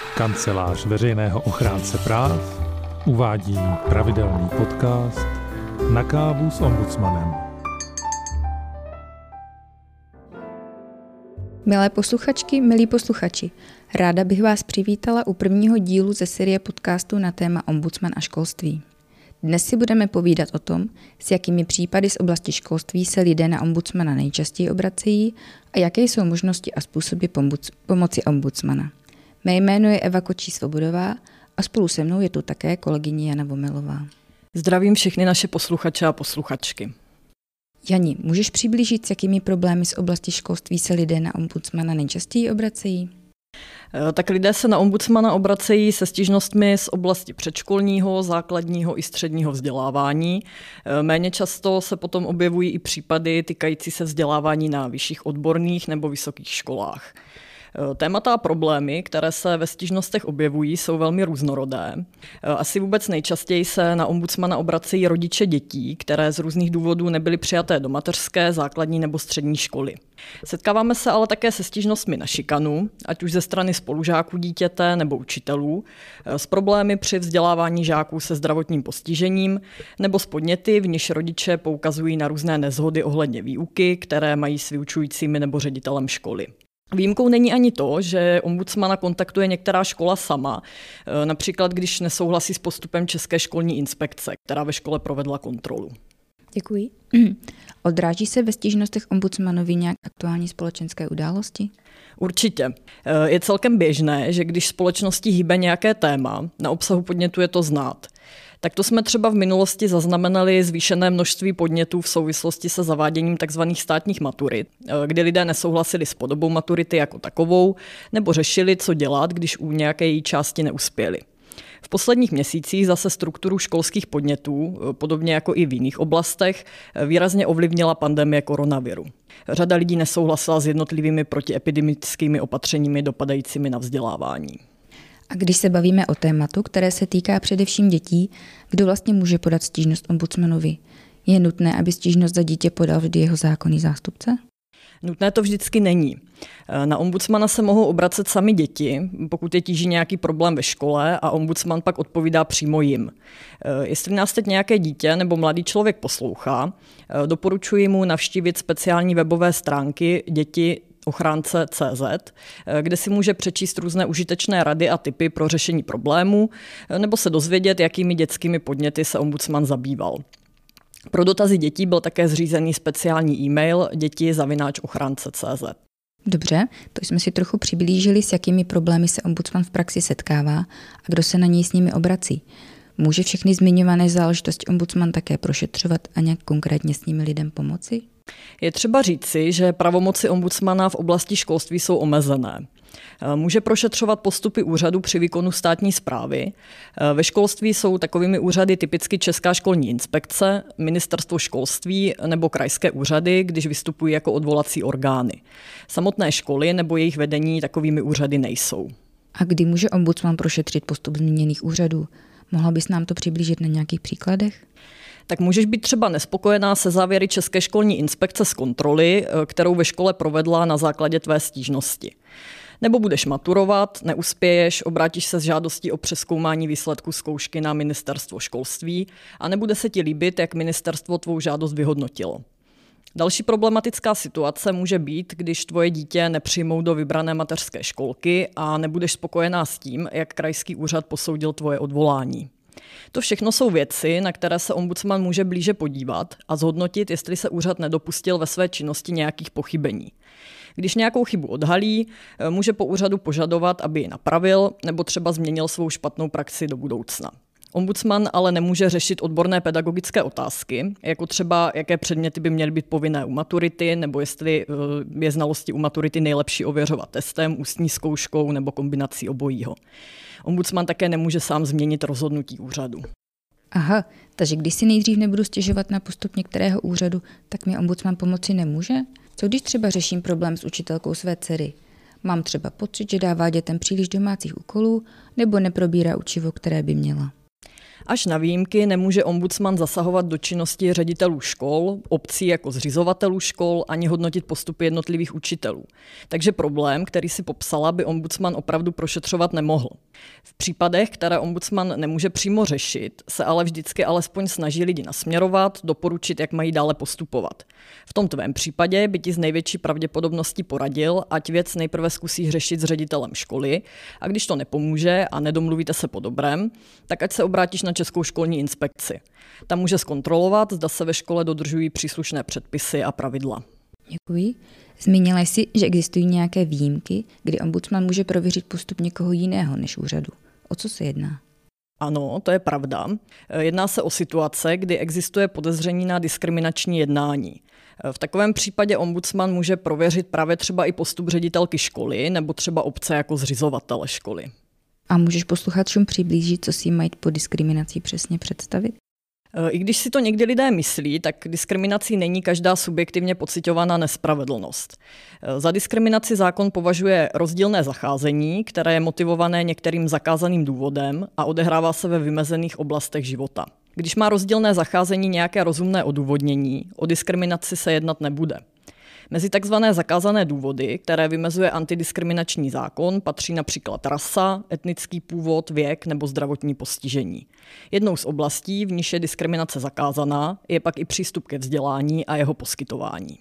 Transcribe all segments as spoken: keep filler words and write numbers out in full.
Kancelář veřejného ochránce práv uvádí pravidelný podcast Na kávu s ombudsmanem. Milé posluchačky, milí posluchači, ráda bych vás přivítala u prvního dílu ze série podcastů na téma ombudsman a školství. Dnes si budeme povídat o tom, s jakými případy z oblasti školství se lidé na ombudsmana nejčastěji obracejí a jaké jsou možnosti a způsoby pomoci ombudsmana. Mé jméno je Eva Kočí-Svobodová a spolu se mnou je tu také kolegyně Jana Vomelová. Zdravím všechny naše posluchače a posluchačky. Jani, můžeš přiblížit, s jakými problémy z oblasti školství se lidé na ombudsmana nejčastěji obracejí? Tak lidé se na ombudsmana obracejí se stížnostmi z oblasti předškolního, základního i středního vzdělávání. Méně často se potom objevují i případy týkající se vzdělávání na vyšších odborných nebo vysokých školách. Témata a problémy, které se ve stížnostech objevují, jsou velmi různorodé. Asi vůbec nejčastěji se na ombudsmana obracejí rodiče dětí, které z různých důvodů nebyly přijaté do mateřské, základní nebo střední školy. Setkáváme se ale také se stížnostmi na šikanu, ať už ze strany spolužáků dítěte nebo učitelů, s problémy při vzdělávání žáků se zdravotním postižením nebo s podněty, v nichž rodiče poukazují na různé neshody ohledně výuky, které mají s vyučujícími nebo ředitelem školy. Výjimkou není ani to, že ombudsmana kontaktuje některá škola sama, například když nesouhlasí s postupem České školní inspekce, která ve škole provedla kontrolu. Děkuji. Odráží se ve stížnostech ombudsmanovi nějak aktuální společenské události? Určitě. Je celkem běžné, že když společnosti hýbe nějaké téma, na obsahu podnětu je to znát. Tak to jsme třeba v minulosti zaznamenali zvýšené množství podnětů v souvislosti se zaváděním tzv. Státních maturit, kdy lidé nesouhlasili s podobou maturity jako takovou, nebo řešili, co dělat, když u nějaké její části neuspěli. V posledních měsících zase strukturu školských podnětů, podobně jako i v jiných oblastech, výrazně ovlivnila pandemie koronaviru. Řada lidí nesouhlasila s jednotlivými protiepidemickými opatřeními dopadajícími na vzdělávání. A když se bavíme o tématu, které se týká především dětí, kdo vlastně může podat stížnost ombudsmanovi? Je nutné, aby stížnost za dítě podal vždy jeho zákonný zástupce? Nutné to vždycky není. Na ombudsmana se mohou obracet sami děti, pokud je tíží nějaký problém ve škole a ombudsman pak odpovídá přímo jim. Jestli nás teď nějaké dítě nebo mladý člověk poslouchá, doporučuji mu navštívit speciální webové stránky děti ochránce tečka cé zet, kde si může přečíst různé užitečné rady a tipy pro řešení problémů nebo se dozvědět, jakými dětskými podněty se ombudsman zabýval. Pro dotazy dětí byl také zřízený speciální e-mail děti zavináč ochránce tečka cé zet. Dobře, to jsme si trochu přiblížili, s jakými problémy se ombudsman v praxi setkává a kdo se na něj s nimi obrací. Může všechny zmiňované záležitosti ombudsman také prošetřovat a nějak konkrétně s nimi lidem pomoci? Je třeba říci, že pravomoci ombudsmana v oblasti školství jsou omezené. Může prošetřovat postupy úřadu při výkonu státní správy. Ve školství jsou takovými úřady typicky Česká školní inspekce, Ministerstvo školství nebo krajské úřady, když vystupují jako odvolací orgány. Samotné školy nebo jejich vedení takovými úřady nejsou. A kdy může ombudsman prošetřit postup zmíněných úřadů? Mohla bys nám to přiblížit na nějakých příkladech? Tak můžeš být třeba nespokojená se závěry České školní inspekce z kontroly, kterou ve škole provedla na základě tvé stížnosti. Nebo budeš maturovat, neuspěješ, obrátíš se s žádostí o přezkoumání výsledků zkoušky na Ministerstvo školství a nebude se ti líbit, jak ministerstvo tvou žádost vyhodnotilo. Další problematická situace může být, když tvoje dítě nepřijmou do vybrané mateřské školky a nebudeš spokojená s tím, jak krajský úřad posoudil tvoje odvolání. To všechno jsou věci, na které se ombudsman může blíže podívat a zhodnotit, jestli se úřad nedopustil ve své činnosti nějakých pochybení. Když nějakou chybu odhalí, může po úřadu požadovat, aby ji napravil nebo třeba změnil svou špatnou praxi do budoucna. Ombudsman ale nemůže řešit odborné pedagogické otázky, jako třeba jaké předměty by měly být povinné u maturity, nebo jestli je znalosti u maturity nejlepší ověřovat testem, ústní zkouškou nebo kombinací obojího. Ombudsman také nemůže sám změnit rozhodnutí úřadu. Aha, takže když si nejdřív nebudu stěžovat na postup některého úřadu, tak mi ombudsman pomoci nemůže? Co když třeba řeším problém s učitelkou své dcery? Mám třeba pocit, že dává dětem příliš domácích úkolů nebo neprobírá učivo, které by měla? Až na výjimky nemůže ombudsman zasahovat do činnosti ředitelů škol, obcí jako zřizovatelů škol, ani hodnotit postupy jednotlivých učitelů. Takže problém, který si popsala, by ombudsman opravdu prošetřovat nemohl. V případech, které ombudsman nemůže přímo řešit, se ale vždycky alespoň snaží lidi nasměrovat, doporučit, jak mají dále postupovat. V tom tvém případě by ti z největší pravděpodobností poradil, ať věc nejprve zkusíš řešit s ředitelem školy, a když to nepomůže a nedomluvíte se po dobrém, tak ať se obrátíš na Českou školní inspekci. Tam může zkontrolovat, zda se ve škole dodržují příslušné předpisy a pravidla. Děkuji. Zmínila jsi, že existují nějaké výjimky, kdy ombudsman může prověřit postup někoho jiného než úřadu. O co se jedná? Ano, to je pravda. Jedná se o situace, kdy existuje podezření na diskriminační jednání. V takovém případě ombudsman může prověřit právě třeba i postup ředitelky školy nebo třeba obce jako zřizovatele školy. A můžeš posluchačům přiblížit, co si mají pod diskriminací přesně představit? I když si to někdy lidé myslí, tak diskriminací není každá subjektivně pociťovaná nespravedlnost. Za diskriminaci zákon považuje rozdílné zacházení, které je motivované některým zakázaným důvodem a odehrává se ve vymezených oblastech života. Když má rozdílné zacházení nějaké rozumné odůvodnění, o diskriminaci se jednat nebude. Mezi takzvané zakázané důvody, které vymezuje antidiskriminační zákon, patří například rasa, etnický původ, věk nebo zdravotní postižení. Jednou z oblastí, v níž je diskriminace zakázaná, je pak i přístup ke vzdělání a jeho poskytování.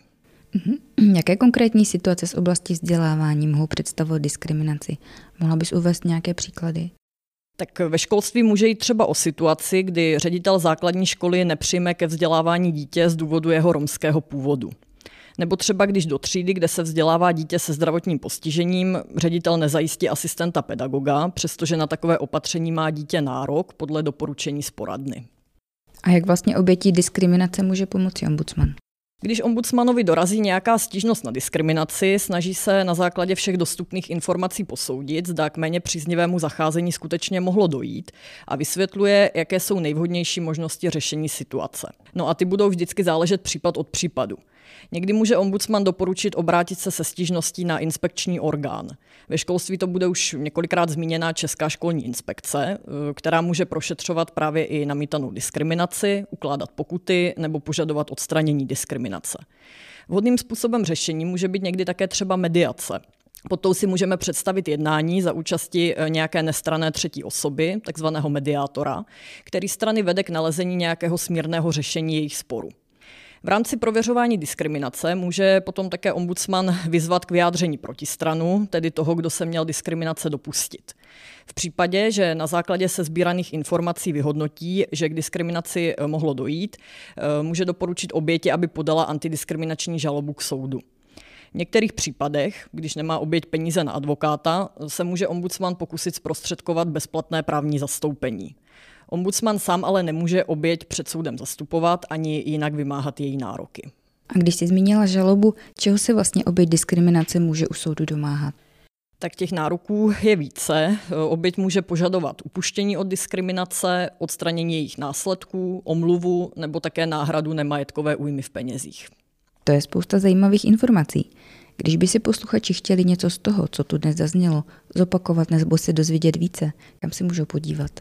Mhm. Jaké konkrétní situace z oblasti vzdělávání mohou představovat diskriminaci? Mohla bys uvést nějaké příklady? Tak ve školství může jít třeba o situaci, kdy ředitel základní školy nepřijme ke vzdělávání dítě z důvodu jeho romského původu. Nebo třeba když do třídy, kde se vzdělává dítě se zdravotním postižením, ředitel nezajistí asistenta pedagoga, přestože na takové opatření má dítě nárok podle doporučení z poradny. A jak vlastně obětí diskriminace může pomoci ombudsman? Když ombudsmanovi dorazí nějaká stížnost na diskriminaci, snaží se na základě všech dostupných informací posoudit, zda k méně příznivému zacházení skutečně mohlo dojít a vysvětluje, jaké jsou nejvhodnější možnosti řešení situace. No a ty budou vždycky záležet případ od případu. Někdy může ombudsman doporučit obrátit se se stížností na inspekční orgán. Ve školství to bude už několikrát zmíněná Česká školní inspekce, která může prošetřovat právě i namítanou diskriminaci, ukládat pokuty nebo požadovat odstranění diskriminace. Vhodným způsobem řešení může být někdy také třeba mediace. Pod tou si můžeme představit jednání za účasti nějaké nestranné třetí osoby, takzvaného mediátora, který strany vede k nalezení nějakého smírného řešení jejich sporu. V rámci prověřování diskriminace může potom také ombudsman vyzvat k vyjádření protistranu, tedy toho, kdo se měl diskriminace dopustit. V případě, že na základě sesbíraných informací vyhodnotí, že k diskriminaci mohlo dojít, může doporučit oběti, aby podala antidiskriminační žalobu k soudu. V některých případech, když nemá oběť peníze na advokáta, se může ombudsman pokusit zprostředkovat bezplatné právní zastoupení. Ombudsman sám ale nemůže oběť před soudem zastupovat ani jinak vymáhat její nároky. A když jsi zmínila žalobu, čeho se vlastně oběť diskriminace může u soudu domáhat? Tak těch nároků je více. Oběť může požadovat upuštění od diskriminace, odstranění jejich následků, omluvu nebo také náhradu nemajetkové újmy v penězích. To je spousta zajímavých informací. Když by si posluchači chtěli něco z toho, co tu dnes zaznělo, zopakovat nebo se dozvědět více, kam si můžou podívat?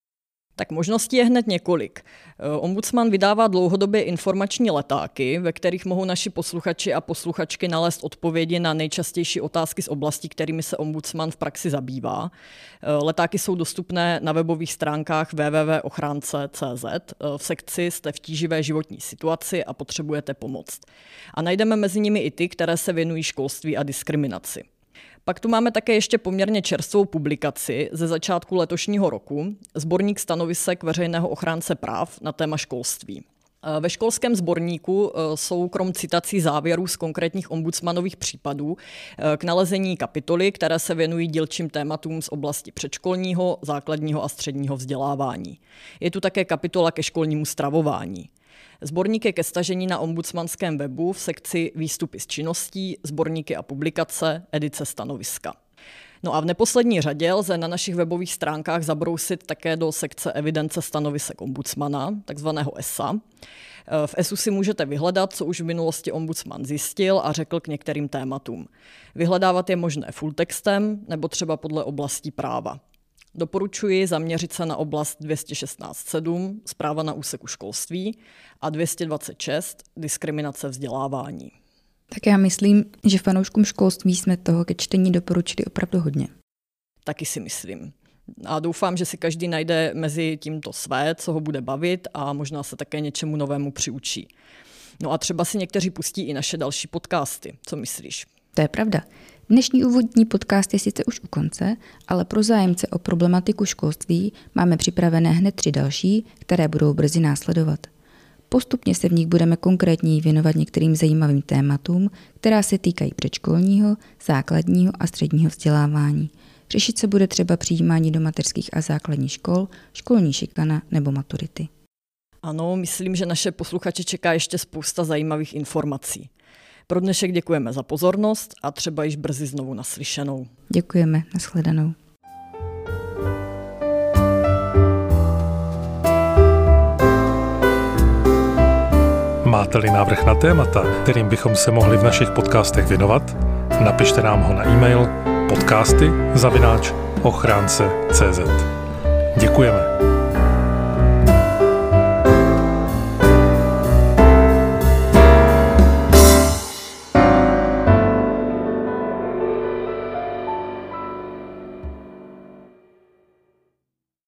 Tak možností je hned několik. Ombudsman vydává dlouhodobě informační letáky, ve kterých mohou naši posluchači a posluchačky nalézt odpovědi na nejčastější otázky z oblastí, kterými se ombudsman v praxi zabývá. Letáky jsou dostupné na webových stránkách w w w tečka ochránce tečka c z v sekci Jste v tíživé životní situaci a potřebujete pomoc. A najdeme mezi nimi i ty, které se věnují školství a diskriminaci. Pak tu máme také ještě poměrně čerstvou publikaci ze začátku letošního roku, sborník stanovisek veřejného ochránce práv na téma školství. Ve školském sborníku jsou krom citací závěrů z konkrétních ombudsmanových případů k nalezení kapitoly, které se věnují dílčím tématům z oblasti předškolního, základního a středního vzdělávání. Je tu také kapitola ke školnímu stravování. Sborník je ke stažení na ombudsmanském webu v sekci Výstupy z činností, sborníky a publikace, edice stanoviska. No a v neposlední řadě lze na našich webových stránkách zabrousit také do sekce evidence stanovisek ombudsmana, takzvaného E S A. V E S U si můžete vyhledat, co už v minulosti ombudsman zjistil a řekl k některým tématům. Vyhledávat je možné full textem nebo třeba podle oblastí práva. Doporučuji zaměřit se na oblast dvě stě šestnáct sedm, zpráva na úseku školství, a dvě stě dvacet šest, diskriminace vzdělávání. Tak já myslím, že fanouškům školství jsme toho ke čtení doporučili opravdu hodně. Taky si myslím. A doufám, že si každý najde mezi tímto své, co ho bude bavit a možná se také něčemu novému přiučí. No a třeba si někteří pustí i naše další podcasty. Co myslíš? To je pravda. Dnešní úvodní podcast je sice už u konce, ale pro zájemce o problematiku školství máme připravené hned tři další, které budou brzy následovat. Postupně se v nich budeme konkrétněji věnovat některým zajímavým tématům, která se týkají předškolního, základního a středního vzdělávání. Řešit se bude třeba přijímání do mateřských a základních škol, školní šikana nebo maturity. Ano, myslím, že naše posluchače čeká ještě spousta zajímavých informací. Pro dnešek děkujeme za pozornost a třeba již brzy znovu naslyšenou. Děkujeme, nashledanou. Máte-li návrh na témata, kterým bychom se mohli v našich podcastech věnovat, napište nám ho na e-mail podcasty zavináč ochránce tečka cé zet. Děkujeme.